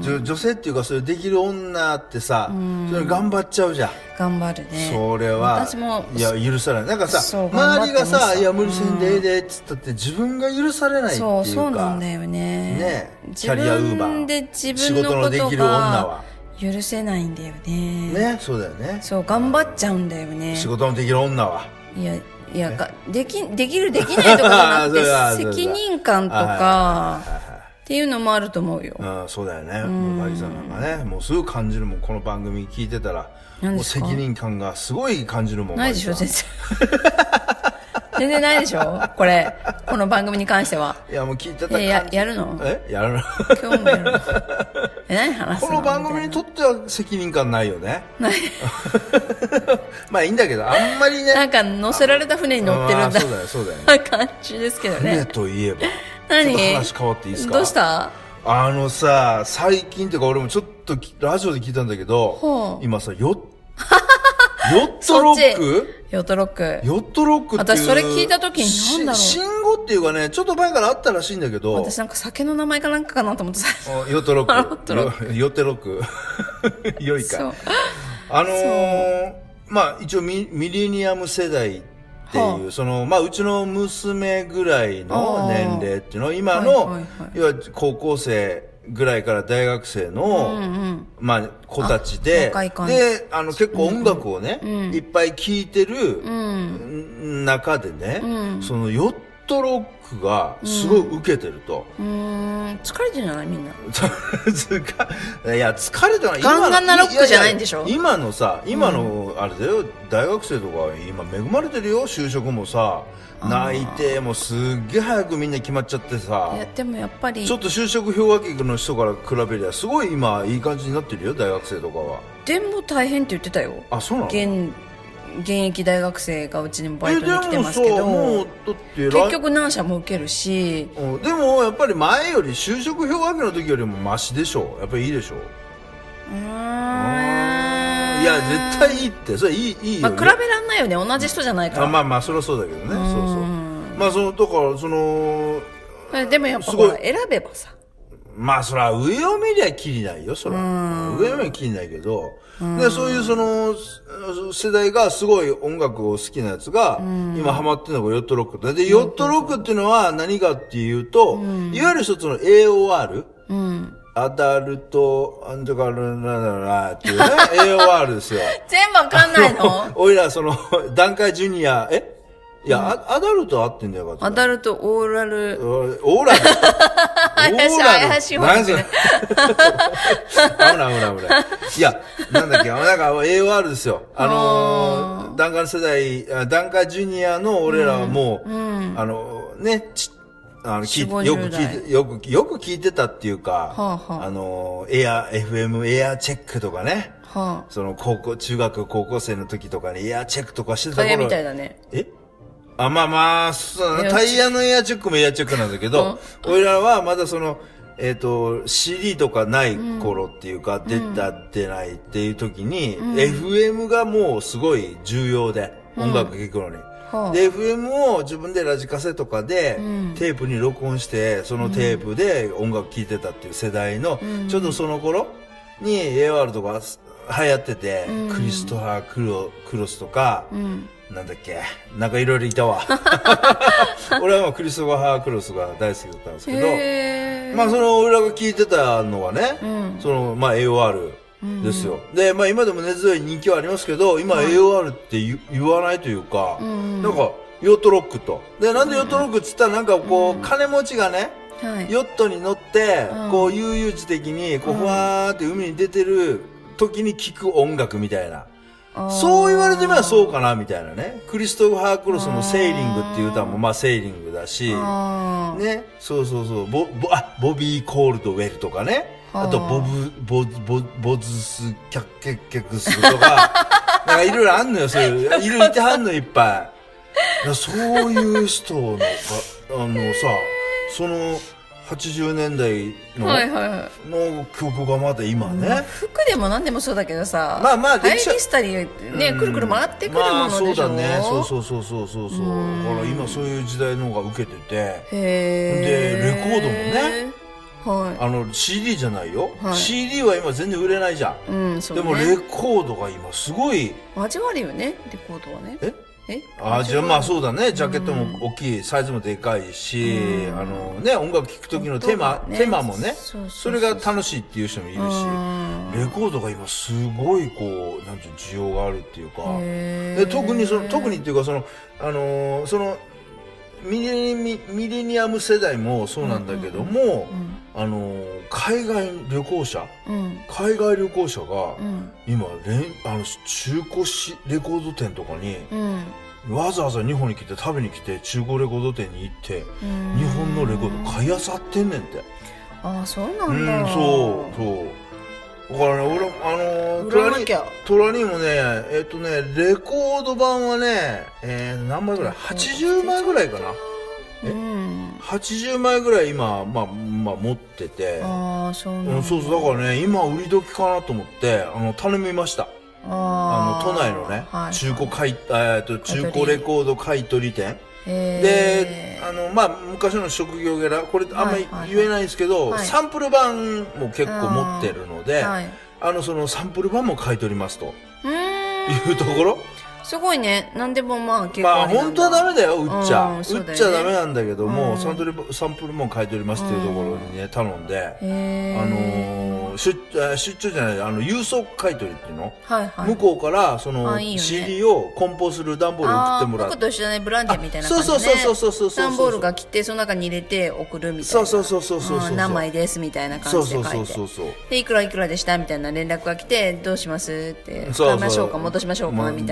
女性っていうかそれできる女ってさ、うん、それ頑張っちゃうじゃん。 頑張るね。 それは、私も、いや、許されない。なんかさ、周りがさ、いや、無理せんでええで、っつったって自分が許されないっていうか。そう、 そうなんだよね。 ね、キャリアウーバー。 で自分のことが仕事のできる女は。許せないんだよね。 ね、そうだよね。 そう、頑張っちゃうんだよね。 仕事のできる女は。 いや、いや、でき、できるできないとかじゃなくて、責任感とか、っていうのもあると思うよ。 ああ、そうだよね。もうバリさんなんかね、もうすぐ感じるもん、この番組聞いてたら。もう責任感がすごい感じるもん。 ないでしょ、全然。全然ないでしょこれ、この番組に関しては。 いや、もう聞いてたら。 え、や、やるのえやるの今日もやるのえ、何話すのこの番組にとっては責任感ないよね。ない。まあいいんだけど、あんまりね。 なんか乗せられた船に乗ってるんだ。 そうだよ、そうだよ。 感じですけどね。 船といえば。 何ちょっと話変わっていいですか？ どうした？ あのさ、最近っていうか俺もちょっとラジオで聞いたんだけど、今さ、ヨッヨットロックヨットロック。 ヨットロックっていう。 私それ聞いた時になんだろう。 新語っていうかね、ちょっと前からあったらしいんだけど。 私なんか酒の名前かなんかかなと思ってさ。 ヨットロック。ヨットロック。ヨットロック。良いか。そう。あのー、まあ一応ミミレニアム世代っていう、はあ、その、まあうちの娘ぐらいの年齢っていうのは、今の、はいはいはい、要は高校生、ぐらいから大学生の、うんうん、まあ、子たちで、で、あの、結構音楽をね、うんうん、いっぱい聴いてる中でね、うん、そのヨットロックがすごい受けてると。 うん、うん疲れてるんじゃないみんな。 いや、疲れてない。 ガンガンなロックじゃないんでしょ？ いやいや今のさ、今の、あれだよ、大学生とか今恵まれてるよ、就職もさ。 内定もすっげえ早くみんな決まっちゃってさ。 いやでもやっぱりちょっと就職氷河期の人から比べりゃすごい今いい感じになってるよ、大学生とかは。 でも大変って言ってたよ。 あ、そうなの？ 現現役大学生がうちにもバイトに来てますけど、 もうだって結局何社も受けるし、 うん、でもやっぱり前より就職氷河期の時よりもマシでしょ。やっぱりいいでしょ。 うーんいや絶対いいって、それいいいいよ、 まあ、比べらんないよね、同じ人じゃないから。 あまあまあそりゃそうだけどね。そうそう、まあそのだからそのでもやっぱほら選べばさ、 まあそら上を見りゃきりないよ、そら上を見りゃきりないけど、でそういうその世代がすごい音楽を好きなやつが今ハマってるのがヨットロックで、ヨットロックっていうのは何かっていうと、いわゆる一つの エーオーアール、うんアダルト、アンドカルナナラっていうね、エーオーアール ですよ。 全部わかんないの？ おいら、その、段階ジュニア、えいや、うん、アダルト合ってんだよ、 アダルト、オーラル。 オーラル怪しい、怪しい何それ危ない危ない危ない。いや、なんだっけ、なんか エーオーアール ですよ。あのー、段階世代、段階ジュニアの俺らはもう、うんうん、あの、ね、ちあの聞いよく聞いて、よく、よく聞いてたっていうか、はあはあ、あの、エア、エフエム、エアチェックとかね、はあ、その高校、中学、高校生の時とかにエアチェックとかしてた頃。 タイヤみたいだね。 えあ、まあまあ、そうタイヤのエアチェックもエアチェックなんだけど、俺らはまだその、えっ、ー、と、シーディー とかない頃っていうか、うん、出た、出ないっていう時に、うん、エフエム がもうすごい重要で、音楽聴くのに。うんで、エフエム を自分でラジカセとかで、うん、テープに録音して、そのテープで音楽聴いてたっていう世代の、うん、ちょうどその頃に エーオーアール とか流行ってて、うん、クリストファー・クロ、クロスとか、うん、なんだっけ、なんかいろいろいたわ。俺はもうクリストファー・クロスが大好きだったんですけど、まあその俺らが聴いてたのはね、うん、その、まあ エーオーアール、ですよ。うん、で、まあ今でも根強い人気はありますけど、今 エーオーアール って言、言わないというか、うん、なんか、ヨットロックと。で、なんでヨットロックって言ったらなんかこう、うん、金持ちがね、はい、ヨットに乗って、うん、こう悠々自適に、こう、ふわーって海に出てる時に聴く音楽みたいな。そう言われてみればそうかな、みたいなね。クリストファー・クロスのセーリングっていう歌もまあセーリングだし、ね。そうそうそう。ボ、ボ、あ、ボビー・コールドウェルとかね。あと、ボブ、ボ、ボ、ボズス、キャッケッケクスとか、なんかいろいろあんのよ、そういう、いるいてはんのいっぱい。そういう人の、あのさ、その、はちじゅうねんだいの、はいはいはい、の曲がまだ今ね、うん。服でも何でもそうだけどさ、 まあまあ、 ハイリスタにね、うん、くるくる回ってくるものでしょ。まあそうだね。 そうそうそうそうそうそう。だから今そういう時代の方が受けてて、へで、レコードもね、はい、あの シーディー じゃないよ、はい、シーディー は今全然売れないじゃん、うんそうね、でもレコードが今すごい味があるよね、レコードはね。ええあじゃあまあそうだね、ジャケットも大きい、サイズもでかいし、あのね、音楽聴く時のテーマ、ね、テーマもね、そうそうそう、それが楽しいっていう人もいるし、レコードが今すごいこうなんていう需要があるっていうか、で特にその特にっていうかそのあのー、そのミレニ、ミレニアム世代もそうなんだけども、うんうんうん、あの海外旅行者、うん、海外旅行者が、うん、今レあの中古しレコード店とかに、うん、わざわざ日本に来て食べに来て中古レコード店に行って、うん、日本のレコード買いあさってんねんって。 ああそうなんだ、 うん、そうそうだからね、俺、あのー、トラに、トラにもね、えっとね、レコード版はね、えー、何枚ぐらい ?はちじゅう 枚ぐらいかな。え、うん、はちじゅうまいぐらい今、まあ、まあ、持ってて。 ああ、そうなんだ、 うん。そうそう、だからね、今売り時かなと思って、あの、頼みました。あの、都内のね、はい、中古買い、えっと、中古レコード買い取り店。で、あの、まあ、昔の職業柄、これあんまり言えないんですけど、はいはいはい、サンプル版も結構持ってるので、あ,、はい、あの、そのサンプル版も買い取りますと。いうところ。 すごいね。なんでもまあ結構。 まあ本当はダメだよ、売っちゃ。うん、売っちゃダメなんだけども、うん、サンプル、サンプルも買い取りますっていうところにね、頼んで、あのー、出、出張じゃない、あの、郵送買い取りっていうの、はいはい、向こうから、その、いいね、シーディー を梱包する段ボールを送ってもらう。 僕と一緒だね、ブランデーみたいな感じで、ね。 そうそうそうそうそうそう。 段ボールが切って、その中に入れて送るみたいな。 そうそうそうそうそう。 何枚ですみたいな感じで書いて。そうそうそうそう。で、いくらいくらでしたみたいな連絡が来て、どうしますって、買いましょうか、戻しましょうか、みたいな。 そう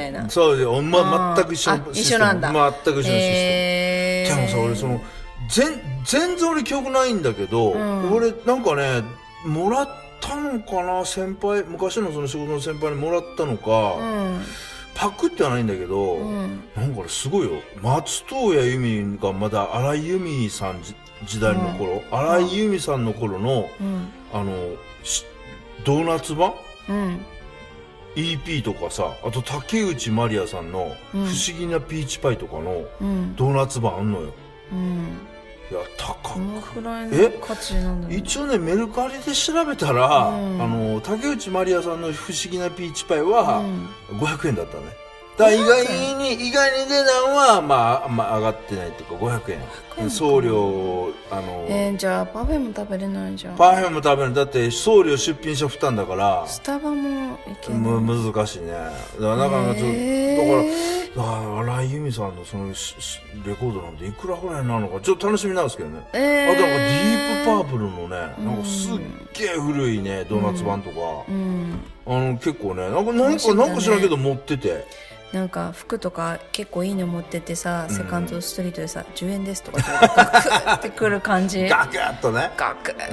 う、ま、全く一緒のシステム。一緒なんだ。 全く一緒のシステム。でもさ、俺その、全、全然俺記憶ないんだけど、うん、俺なんかね、もらったのかな、先輩、昔のその仕事の先輩にもらったのか、うん、パクってはないんだけど、うん、なんかね、すごいよ。松任谷由実がまだ荒井由実さん時代の頃、うん、荒井由実さんの頃の、うん、あの、ドーナツ版、うん、イーピー とかさ、あと竹内まりやさんの不思議なピーチパイとかのドーナツ版あんのよ。うん、いや、高く。 どのくらいの価値なんだろう。 一応ね、メルカリで調べたら、うん、あの、竹内まりやさんの不思議なピーチパイはごひゃくえんだったね。だから意外に、意外に値段は、まあ、まあ、上がってないっていうか、ごひゃくえん。送料、あの、 えー、じゃあ、パフェも食べれないじゃん。 パフェも食べれない。だって、送料出品者負担だから。 スタバもいけない。 む、難しいね。だから、なかなかちょっと、えー、だから、だから、荒井由実さんのその、レコードなんていくらぐらいなのか、ちょっと楽しみなんですけどね。えー、あとなんか、ディープパープルのね、なんかすっげえ古いね、ドーナツ版とか、うん、あの、結構ね、なんか、なんか、なんか知らんけど持ってて。 なんか服とか結構いいの持っててさ、うん、セカンドストリートでさじゅうえんですとかガクってくる感じ。 ガクッとね。 ガクッ。 うん、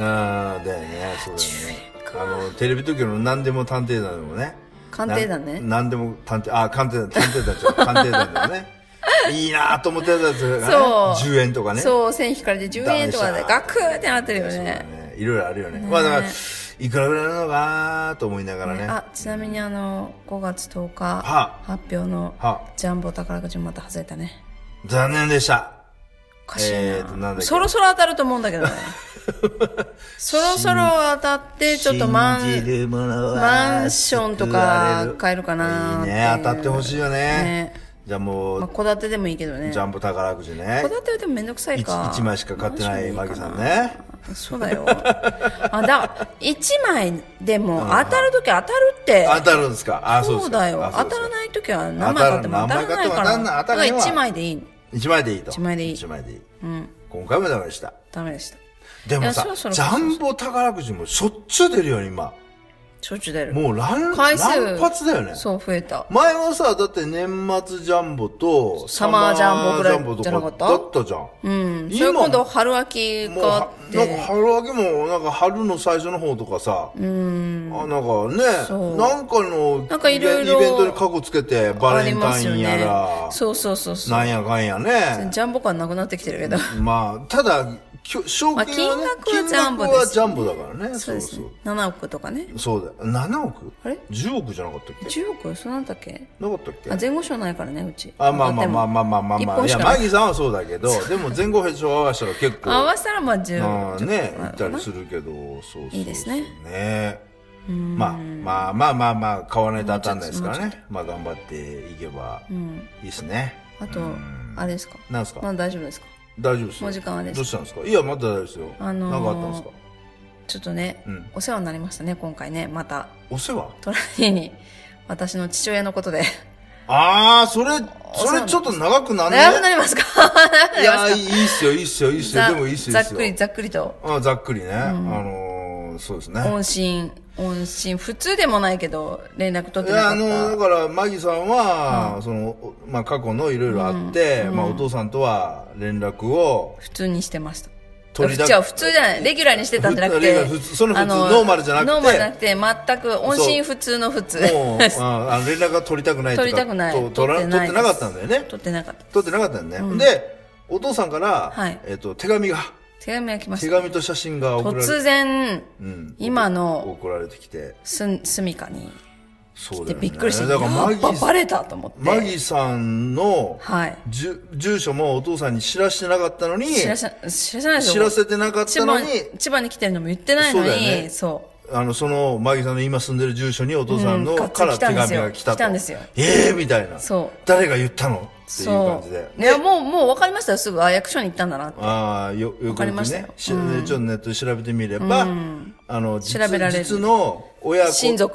だよね。そうだよね。あのテレビ東京の何でも探偵団でもね。 鑑定団ね。 何でも探偵、あ、鑑定団、探偵団じゃん。鑑定団でもね。いいなぁと思ってたやつがね。そう。じゅうえんとかね。 そう、線引かれてじゅうえんとかでガクーってなってるよね。そうだね。いろいろあるよね。ね、まあだから、いくらぐらいなのかなと思いながらね。ね、 あ、ちなみにあの、ごがつとおか、は発表のジャンボ宝くじもまた外れたね。 残念でした。 おかしいな。えーと、なんだっけ。そろそろ当たると思うんだけどね。そろそろ当たって、ちょっとマン、マンションとか買えるかな。 いいね、当たってほしいよね。ね、じゃあもう、 まあ、戸建てでもいいけどね。 ジャンボ宝くじね。 戸建てはでもめんどくさいか。 いちまいしか買ってないマギさんね。 そうだよ。あ、だ、いちまいでも当たるとき当たるって。 当たるんですか。あ、そうですか。 そうだよ。当たらないときは何枚買っても当たらないから。だからいちまいでいい。 いちまいでいいと。 いちまいでいい。 いちまいでいい。うん。今回もダメでした。 ダメでした。 でもさ、ジャンボ宝くじもしょっちゅう出るよね、今。 しょっちゅう出る。 もう乱、乱発だよね。 そう、増えた。 前はさ、だって年末ジャンボと、 サマージャンボぐらいじゃなかっただったじゃん。 うん。それ今度春秋があって。 なんか春秋も、なんか春の最初の方とかさ、うん。あ、なんかね、なんかの、 なんかいろいろ。 イベントにカゴつけて、バレンタインやら、 そうそうそうそう。 なんやかんやね。 ジャンボ感なくなってきてるけど。 まあ、ただ、賞金は、ね、 金額はジャンボです。 金額はジャンボだからね。 そうですね。ななおくとかね。 そうだよ。ななおくあれ ? じゅうおくじゃなかったっけ ?じゅうおくそうなんだっけなかったっけあ、前後賞ないからね、うち。 あ、まあまあまあまあまあまあまあ。いや、マギさんはそうだけど、でも前後賞合わせたら結構。 合わせたらまあじゅうおく。 ね、行ったりするけど、そうそう。 いいですね。 ね。まあまあまあまあまあ、買わないと当たんないですからね。まあ頑張っていけばいいですね。 あと、あれですかなんですかまあ大丈夫ですか大丈夫です。 もう時間はです。 どうしたんですかいや、まだ大丈夫ですよ。あのー、なんかあったんですかちょっとね、うん、お世話になりましたね、今回ね、また。 お世話トラニーに、私の父親のことで。 ああ、それ、それちょっと長くなんね長くなりますかいや、いいっすよ、いいっすよ、いいっすよ。でもいいっすよ。 ざっくり、ざっくりと。 あざっくりね。うん、あのー、そうですね。 音信、音信、普通でもないけど、連絡取ってなかった。いや、 あの、だから、マギさんは、うん、その、まあ、過去のいろいろあって、うん、まあ、お父さんとは連絡を、 普通にしてました。取りだ普通じゃない。レギュラーにしてたんじゃなくて、 その普通、ノーマルじゃなくて、 ノーマルじゃなくて、全く、音信普通の普通。 もう、あの連絡が取りたくないとか。 取りたくない。 取ってなかったんだよね。 取ってなかった。 取ってなかったんだよね。で、お父さんから、えっと、手紙が。 手紙が来ました。 手紙と写真が送られて。 突然、今の、 送られてきて。 す、すみかに。 そうだよね。 びっくりして、だからマギバレたと思って。 マギさんの、はい。住所もお父さんに知らしてなかったのに、 知らせ、知らせないでしょ。 知らせてなかったのに、 千葉に来てるのも言ってないのに、そうだよね。そう。 あの、その、マギさんの今住んでる住所にお父さんの、から手紙が来たと。 来たんですよ。 ええみたいな。 そう。 誰が言ったのっていう感じで。 いや、もう、もう分かりましたよ。すぐ、あ、役所に行ったんだなって。 ああ、よ、よくね。分かりましたよ。ちょっとネットで調べてみれば、あの、 調べられる。 実の親子。 親族。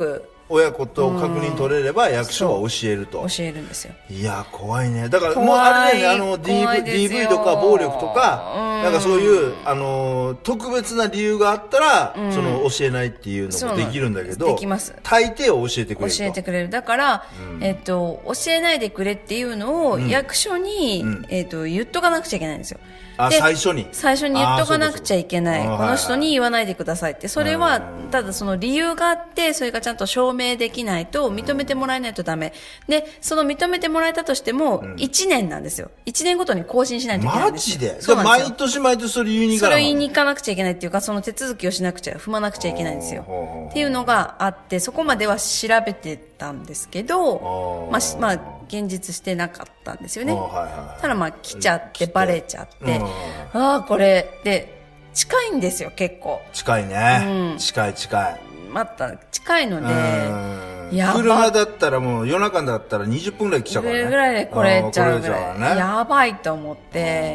親子と確認取れれば役所は教えると。 教えるんですよ。 いや、怖いね。だからもうあれだよね、あの ディーブイ、ディーブイ とか暴力とか、なんかそういう、あの、特別な理由があったら、うん、その教えないっていうのもできるんだけど、 できます。 大抵は教えてくれると。 教えてくれる。だから、うん、えっと、教えないでくれっていうのを役所に、うん、えっと、言っとかなくちゃいけないんですよ。 あ、最初に最初に言っとかなくちゃいけない。この人に言わないでくださいって。それは、ただその理由があって、それがちゃんと証明できないと、認めてもらえないとダメ。で、その認めてもらえたとしても、いちねんなんですよ。いちねんごとに更新しないといけないんですよ。 マジで？そうなんですよ。毎年毎年それ言いに行かなそれ言いに行かなくちゃいけないっていうか、その手続きをしなくちゃ、踏まなくちゃいけないんですよ。っていうのがあって、そこまでは調べてたんですけど、まあ、まあ、現実してなかったんですよね。はいはい、ただまあ来ちゃってバレちゃって、ああこれで近いんですよ結構。 近いね。うん、近い近い。 また近いので、 やば車だったらもう夜中だったらにじゅっぷんぐらい来ちゃうからね。 ぐらいで来れちゃうぐらい、ね、やばいと思って、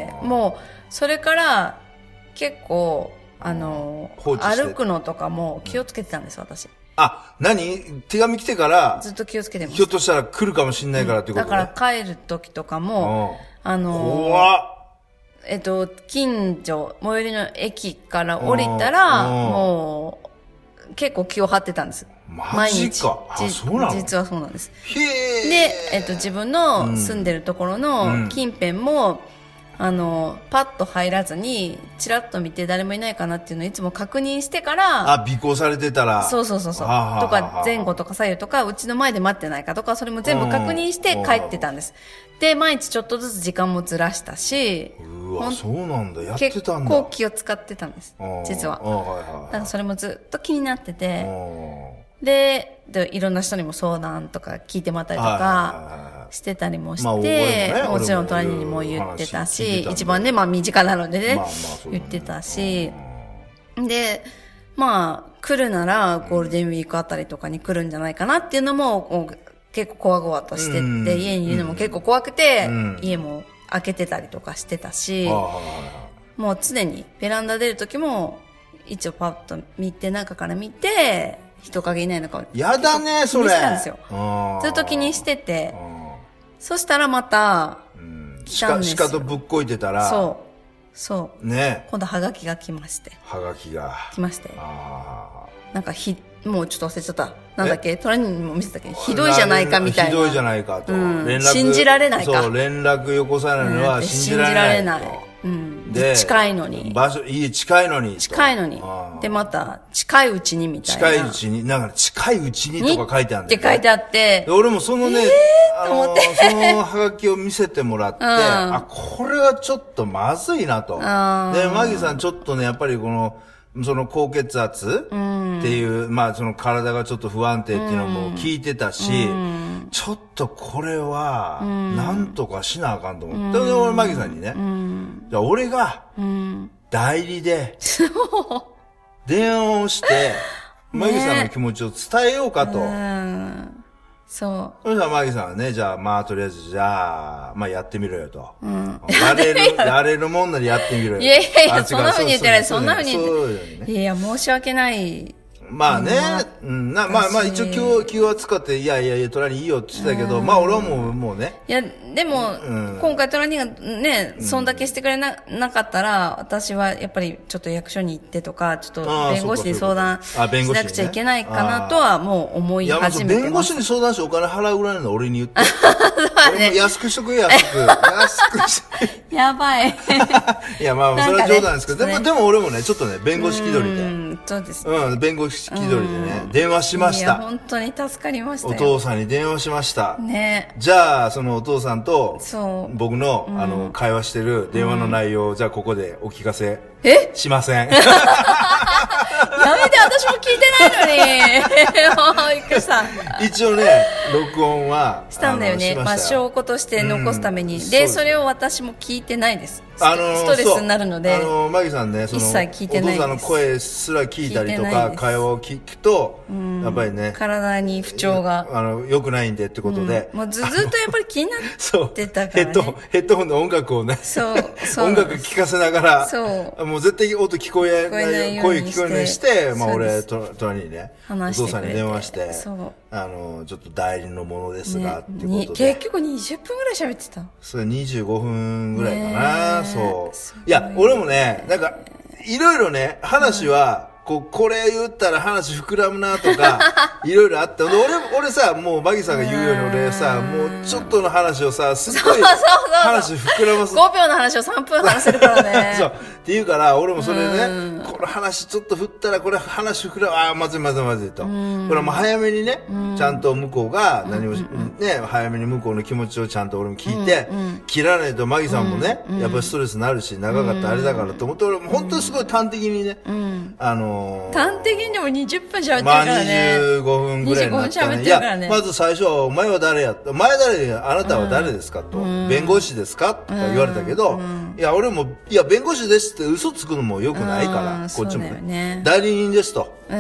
もうそれから結構あの歩くのとかも気をつけてたんです私。 あ、何手紙来てからずっと気をつけてます。 ひょっとしたら来るかもしれないからっていうこと、 ね、だから帰る時とかも、あの怖っ。 えっと、近所、最寄りの駅から降りたら、もう、結構気を張ってたんです。 マジか。あ、そうなの？ 実はそうなんです。 へー。 で、えっと、自分の住んでるところの近辺も、うんあの、パッと入らずに、チラッと見て誰もいないかなっていうのをいつも確認してから、 あ、尾行されてたら。 そうそうそうそう。はとか、前後とか左右とか、うちの前で待ってないかとか、それも全部確認して帰ってたんです。で、毎日ちょっとずつ時間もずらしたし、 うわ、そうなんだ。やってたんだ。 結構気を使ってたんです。実は。だからそれもずっと気になってて、で、で、いろんな人にも相談とか聞いてもらったりとか、してたりもして、まあね、もちろん隣にも言ってたし、一番ね、まあ身近なのでね、まあまあ言ってたし、で、まあ、来るならゴールデンウィークあたりとかに来るんじゃないかなっていうのも、結構こわごわとしてって、家にいるのも結構怖くて、家も開けてたりとかしてたし、もう常にベランダ出るときも、一応パッと見て、中から見て、人影いないのか。 やだね、それ。 気にしてたんですよ。ずっと気にしてて、そしたらまた、来たんですよ。 鹿とぶっこいてたら。 そう。そう。 ね。 今度ハガキが来まして。 ハガキが。 来まして。なんかひ、もうちょっと忘れちゃった。なんだっけトラにも見せたけど、ひどいじゃないかみたいな。 ひどいじゃないかと。連絡。 信じられないか。 そう、連絡よこさないのは信じられない。信じられない。 うん。で、近いのに。 場所、家近いのに。 近いのに。で、また、近いうちにみたいな。 近いうちに、なんか近いうちにとか書いてあるんだよって書いてあって。 俺もそのね、あの、そのハガキを見せてもらって、あ、これはちょっとまずいなと。で、マギさんちょっとね、やっぱりこの、その高血圧っていう、まあその体がちょっと不安定っていうのも聞いてたし、ちょっとこれは、なんとかしなあかんと思って。で、俺マギさんにね、じゃあ俺が、代理で、電話をして、マギさんの気持ちを伝えようかと。 そう。 そしたらマギさんはね、じゃあまあとりあえず、じゃあ、まあやってみろよと。やれる、やれるもんならやってみろよ。 いやいやいや、そんな風に言ってない、そんな風に言ってない。いやいや、申し訳ない。 まあね、うん、な、まあまあ一応気を、気を使って、いやいやいや、トラニーいいよって言ってたけど、まあ俺はもう、もうね。 いや、でも、今回トラニーがね、そんだけしてくれな、なかったら、私はやっぱりちょっと役所に行ってとか、ちょっと弁護士に相談しなくちゃいけないかなとはもう思い始めてます。 弁護士に相談してお金払うぐらいの俺に言って。俺も安くしとくよ、安く。安くしとく。 やばい。 いや、まあ、それは冗談ですけど、でも、でも俺もね、ちょっとね、弁護士気取りで。 うん、そうです。 うん、弁護士気取りでね、電話しました。いや、 本当に助かりましたよ。 お父さんに電話しました。 ね。 じゃあ、そのお父さんと、 そう。 僕の、あの、会話してる電話の内容を、じゃあここでお聞かせ。 えしません。 やめて、私も聞いてないのに。びっくりした。 一応ね、録音は。 したんだよね。まあ、証拠として残すために。で、それを私も聞いてないです。あの、ストレスになるので。 あの、マギさんね、その、 一切聞いてないです。 お父さんの声すら聞いたりとか、会話を聞くと、やっぱりね。 体に不調が。 あの、良くないんでってことで。 もうずっとやっぱり気になってたからね。 ヘッド、ヘッドホンで音楽をね。 そう、そう。 音楽聴かせながら、 そう。 もう絶対音聞こえない、声聞こえないして、 、まあ俺、と、隣にね、お父さんに電話して、 そう。 あの、ちょっと代理のものですが、ね、ってことで。結局にじゅっぷんぐらい喋ってた。 それにじゅうごふんぐらいかな、そう。いや、俺もね、なんか、いろいろね、話は、うんこう、これ言ったら話膨らむなとか、いろいろあって、俺、俺さ、もう、マギさんが言うように俺さ、もう、ちょっとの話をさ、すごい、話膨らます。 ごびょうの話をさんぷん話せるからね。 そう。って言うから、俺もそれでね、この話ちょっと振ったら、これ話膨らむ、ああ、まずいまずいまずいと。これはもう早めにね、ちゃんと向こうが、何も、ね、早めに向こうの気持ちをちゃんと俺も聞いて、切らないとマギさんもね、やっぱりストレスになるし、長かったあれだからと思って、俺も本当にすごい端的にね、あの、 端的にでもにじゅっぷん喋ってるからね。まあ、 にじゅうごふんぐらいになったね。いや、まず最初は、お前は誰やお前誰あなたは誰ですかと。弁護士ですかとか言われたけど、いや、俺も、いや、弁護士ですって嘘つくのも良くないから、こっちもね。代理人ですと。うん。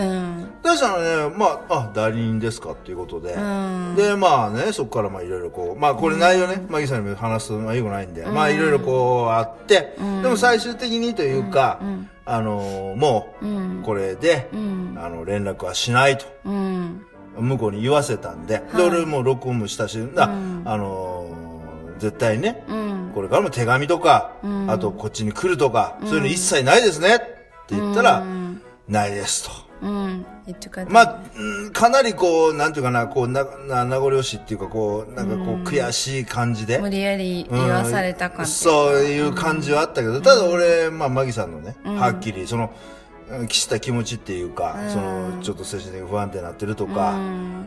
だからね、まあ、あ、代理人ですかっていうことで。で、まあね、そこからまあいろいろこう、まあこれ内容ね、マギさんにも話すのは良くないんで、まあいろいろこうあって、でも最終的にというか、あのー、もう、これで、うん、あの、連絡はしないと、うん、向こうに言わせたんで、はい、で、俺も録音もしたし、うん、あ、あのー、絶対ね、うん、これからも手紙とか、うん、あとこっちに来るとか、うん、そういうの一切ないですねって言ったら、うん、ないですと。うん、言ってくれた。まあ、かなりこう、なんていうかな、こう、な、な、名残惜しいっていうか、こう、なんかこう、うん、悔しい感じで。 無理やり言わされた感じ、 うん。そういう感じはあったけど、うん、ただ俺、まあ、マギさんのね、うん、はっきり、その、きした気持ちっていうか、うん、その、ちょっと精神的に不安定になってるとか、うん、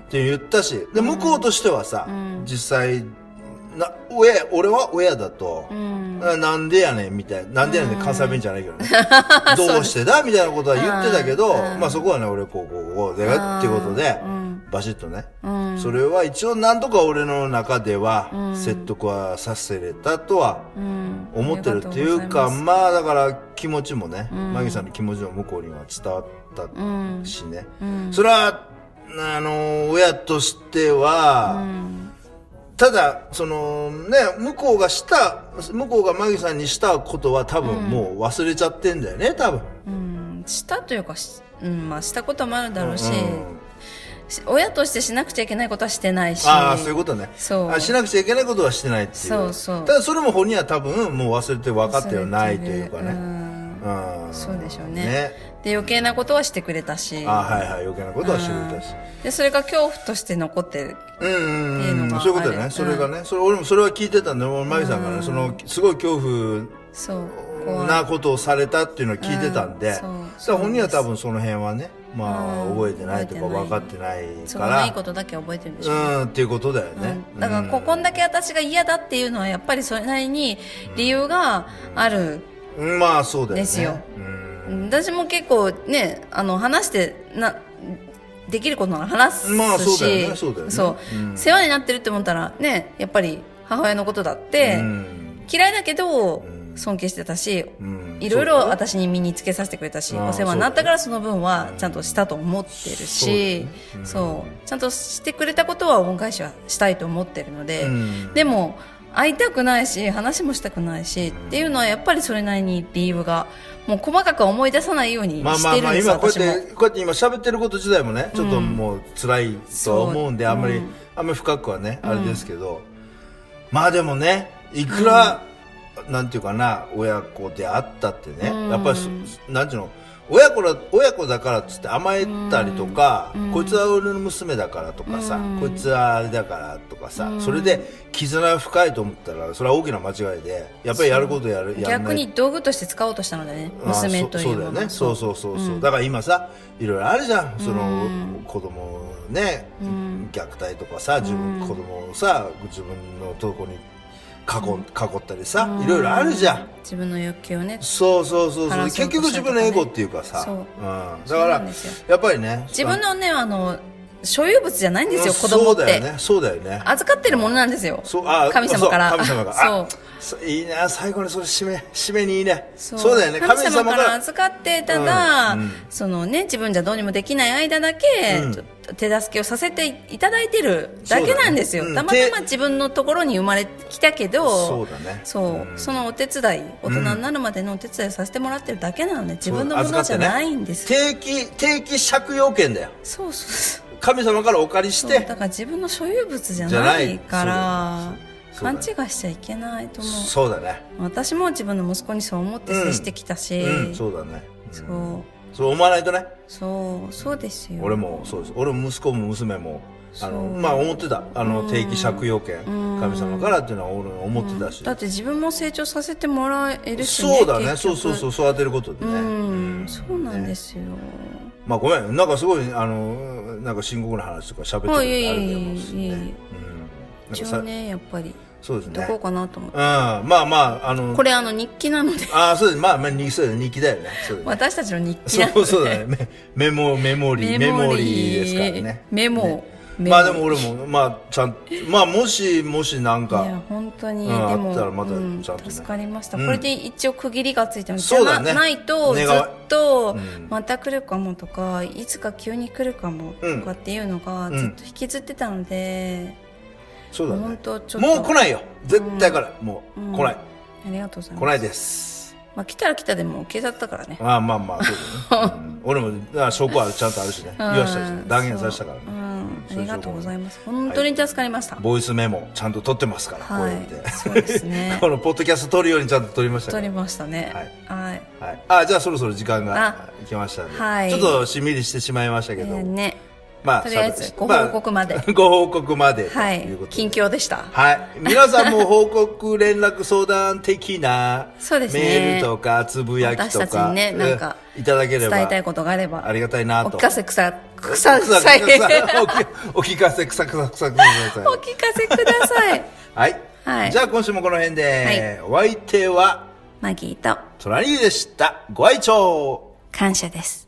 って言ったし、で、向こうとしてはさ、うん、実際、な、親、俺は親だと、うん、なんでやねんみたいな、なんでやねん関西弁じゃないけどね。どうしてだみたいなことは言ってたけど、まあそこはね、俺こう、こう、こうで、っていうことで、バシッとね、うん、それは一応なんとか俺の中では、説得はさせれたとは、思ってるっていうか、うん、まあだから気持ちもね、うん、マギさんの気持ちも向こうには伝わったしね。うんうん、それは、あの、親としては、うんただ、そのね、向こうがした、向こうがマギさんにしたことは多分もう忘れちゃってんだよね、多分。 うん、したというか、うん、まあしたこともあるだろうし、うん、親としてしなくちゃいけないことはしてないし。 ああ、そういうことね。そう。あしなくちゃいけないことはしてないっていう。 そうそう。 ただそれも本人は多分もう忘れて分かってはないというかね。うん。 うん、そうでしょうね。ね。で、余計なことはしてくれたし。 あはいはい、余計なことはしてくれたし。 で、それが恐怖として残ってる。うんうんうん。そういうことだね。それがね。それ、俺もそれは聞いてたんで、マギさんがね、その、すごい恐怖。そう。なことをされたっていうのを聞いてたんで。そう。だから本人は多分その辺はね、まあ、覚えてないとか分かってないから。そう、 ないことだけ覚えてるんでしょうね。 うん、っていうことだよね。 だから、ここんだけ私が嫌だっていうのは、やっぱりそれなりに理由がある。 まあ、そうだよね。 ですよ。私も結構ね、あの、話して、な、できることなら話すし、まあそうだよね、そうだよね。そう、うん。世話になってるって思ったら、ね、やっぱり母親のことだって、うん、嫌いだけど、尊敬してたし、うん、いろいろ私に身につけさせてくれたし、お世話になったからその分はちゃんとしたと思ってるし、そう、ねうん、そうちゃんとしてくれたことは恩返しはしたいと思ってるので、うん、でも、会いたくないし話もしたくないし、うん、っていうのはやっぱりそれなりに理由がもう細かく思い出さないようにしてるんです。まあまあまあ今こうやってこうやって今喋ってること自体もねちょっともう辛いとは思うんで、うん、あんまり、うん、あんまり深くはね、うん、あれですけど、まあでもねいくら、うん、なんていうかな親子であったってね、うん、やっぱりなんていうの親子だ、親子だからっつって甘えたりとか、うん、こいつは俺の娘だからとかさ、うん、こいつはあれだからとかさ、うん、それで絆が深いと思ったら、それは大きな間違いで、やっぱりやることやる、や逆に道具として使おうとしたのでね、娘というそうだよね。そうそうそうそう、うん。だから今さ、いろいろあるじゃん。その、うん、子供ね、うん、虐待とかさ、自分、子供をさ、自分のとこに囲, 囲ったりさ、いろいろあるじゃん。 自分の欲求をね。 そうそうそうそう、ね、結局自分のエゴっていうかさ、うん、だからやっぱりね自分のねあの所有物じゃないんですよ、子供って。そうだよね。そうだよね。 預かってるものなんですよ。 そう、あ、 神様から。 神様が。そう。いいな、最後にそれ締め、締めにいいね。そう。そうだよね。 神様から預かって、ただ、うんうん、そのね、自分じゃどうにもできない間だけ、うん、手助けをさせていただいてるだけなんですよ。ねうん、たまたま自分のところに生まれてきたけど、 そうだね。 そう、うん。そのお手伝い、大人になるまでのお手伝いをさせてもらってるだけなので、自分のものじゃないんです。 ね、定期、定期借用権だよ。 そうそうそう。 神様からお借りして。 だから自分の所有物じゃないから、勘違いしちゃいけないと思う。 そうだね。 私も自分の息子にそう思って接してきたし。 うんうん、そうだね。 うん、そう。 そう思わないとね。 そう、そうですよ。 俺もそうです。俺も息子も娘も、あの、まあ思ってた。あの、定期借用権、神様からっていうのは俺思ってたし、 うん。だって自分も成長させてもらえるしね。そうだね。そうそうそう、育てることでね。 うん、そうなんですよ。 まあごめん、なんかすごい、あの、なんか深刻な話とか喋ってるのあるけど、いい、 一応ね、やっぱり。 そうですね。 どこうかなと思って。 うん。まあまあ、あの。 これあの日記なので。 ああ、そうです。まあ、まあ、日記だよね。そうですね。 私たちの日記なので。そうそうだね。メモ、メモリー、メモリーですからね。 メモ。 まあでも俺も、まあ、ちゃん、まあもし、もしなんか。 いや、本当に。でも、あったらまたちゃんと。 助かりました。これで一応区切りがついてます。そうだね。ないと、ずっと、また来るかもとか、いつか急に来るかもとかっていうのが、ずっと引きずってたので、 そうだね。本当ちょっと。もう来ないよ。絶対から、もう、来ない。ありがとうございます。 来ないです。 まあ来たら来たでも警察だからね。 ああ、まあまあ、そうだね。俺も、証拠はちゃんとあるしね。言わしたし、断言させたからね。 ありがとうございます。本当に助かりました。 ボイスメモ、ちゃんと取ってますから、こうやって。 そうですね。 このポッドキャスト撮るようにちゃんと撮りました撮りましたね。 はい。はい。あ、じゃあそろそろ時間が来ましたので。はい。ちょっとしんみりしてしまいましたけど。 ね。 まあ、 とりあえずご報告まで、 ご報告まではい、近況でした。 はい、皆さんも報告連絡相談的なそうですね、 メールとかつぶやきとか、 私たちにね、なんかいただければ伝えたいことがあればありがたいなと。 お聞かせくさくさくさいお聞かせくさくさくさください。 お聞かせください。 はい、はい、じゃあ今週もこの辺で、はい、お相手はマギーとトラニーでした。ご愛聴感謝です。